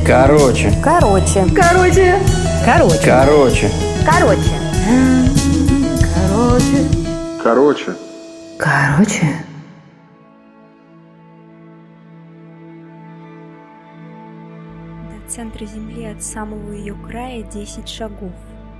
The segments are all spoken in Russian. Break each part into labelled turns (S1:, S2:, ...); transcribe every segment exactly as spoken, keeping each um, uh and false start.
S1: Короче.
S2: Короче.
S3: Короче.
S2: Короче.
S1: Короче.
S2: Короче.
S3: Короче.
S4: Короче.
S2: Короче.
S5: До центра Земли от самого ее края десять шагов.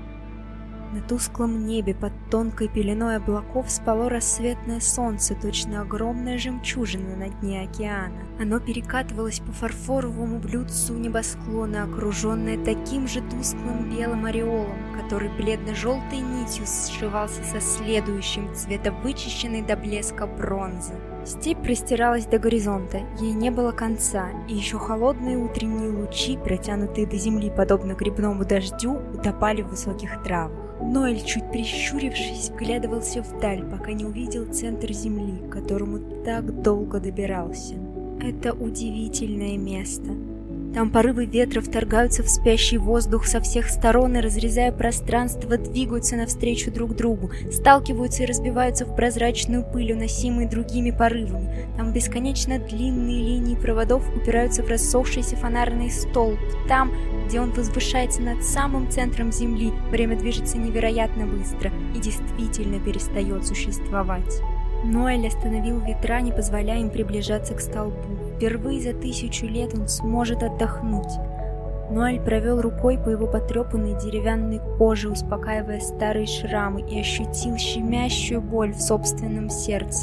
S5: На тусклом небе под тонкой пеленой облаков спало рассветное солнце, точно огромная жемчужина на дне океана. Оно перекатывалось по фарфоровому блюдцу небосклона, окруженное таким же тусклым белым ореолом, который бледно-желтой нитью сшивался со следующим, цвета вычищенной до блеска бронзы. Степь простиралась до горизонта, ей не было конца, и еще холодные утренние лучи, протянутые до земли подобно грибному дождю, утопали в высоких травах. Ноэль, чуть прищурившись, вглядывался вдаль, пока не увидел центр земли, к которому так долго добирался. Это удивительное место. Там порывы ветра вторгаются в спящий воздух со всех сторон и, разрезая пространство, двигаются навстречу друг другу, сталкиваются и разбиваются в прозрачную пыль, уносимые другими порывами. Там бесконечно длинные линии проводов упираются в рассохшийся фонарный столб. Там, где он возвышается над самым центром Земли, время движется невероятно быстро и действительно перестает существовать. Ноэль остановил ветра, не позволяя им приближаться к столбу. Впервые за тысячу лет он сможет отдохнуть. Ноэль провел рукой по его потрепанной деревянной коже, успокаивая старые шрамы, и ощутил щемящую боль в собственном сердце.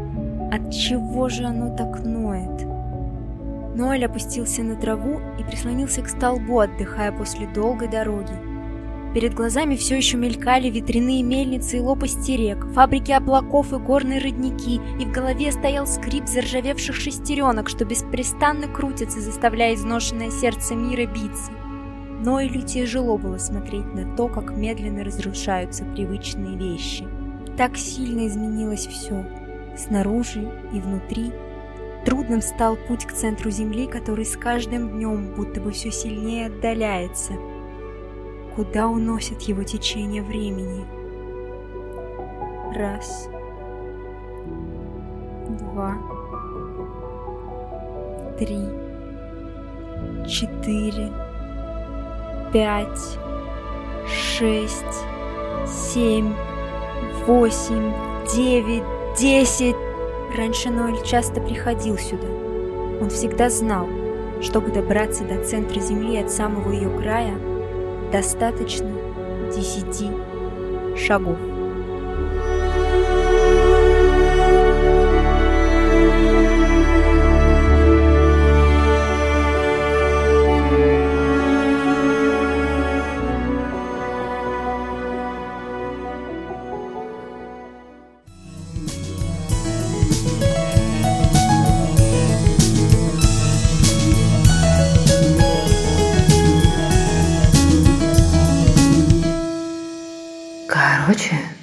S5: Отчего же оно так ноет? Ноэль опустился на траву и прислонился к столбу, отдыхая после долгой дороги. Перед глазами все еще мелькали ветряные мельницы и лопасти рек, фабрики облаков и горные родники, и в голове стоял скрип заржавевших шестеренок, что беспрестанно крутятся, заставляя изношенное сердце мира биться. Ноэлю тяжело было смотреть на то, как медленно разрушаются привычные вещи. Так сильно изменилось все, снаружи и внутри. Трудным стал путь к центру Земли, который с каждым днем будто бы все сильнее отдаляется. Куда уносит его течение времени? Раз, два, три, четыре, пять, шесть, семь, восемь, девять, десять. Раньше Ноэль часто приходил сюда. Он всегда знал, чтобы добраться до центра Земли от самого ее края, достаточно десяти шагов.
S2: Короче.